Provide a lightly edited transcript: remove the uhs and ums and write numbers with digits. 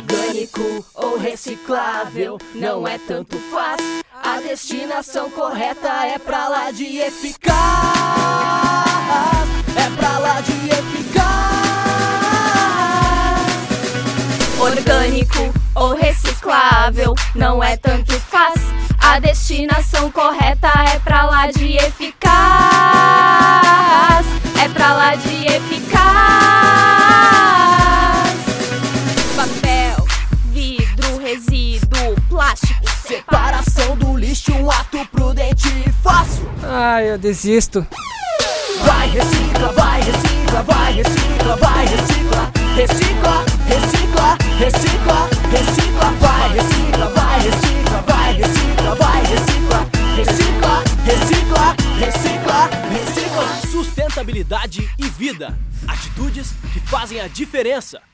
Orgânico ou reciclável, não é tanto faz. A destinação correta é pra lá de eficaz. É pra lá de eficaz. Orgânico ou reciclável, não é tanto faz. A destinação correta é pra lá de eficaz. É pra lá de eficaz. Papel, vidro, resíduo, plástico. Separação do lixo, um ato prudente e fácil. Ai, eu desisto. Vai, recicla, vai, recicla, vai, recicla, vai, recicla. Recicla, recicla, recicla, recicla. Vai, recicla, vai, recicla, vai, recicla, vai, recicla. Recicla, recicla, recicla, recicla. Sustentabilidade e vida. Atitudes que fazem a diferença.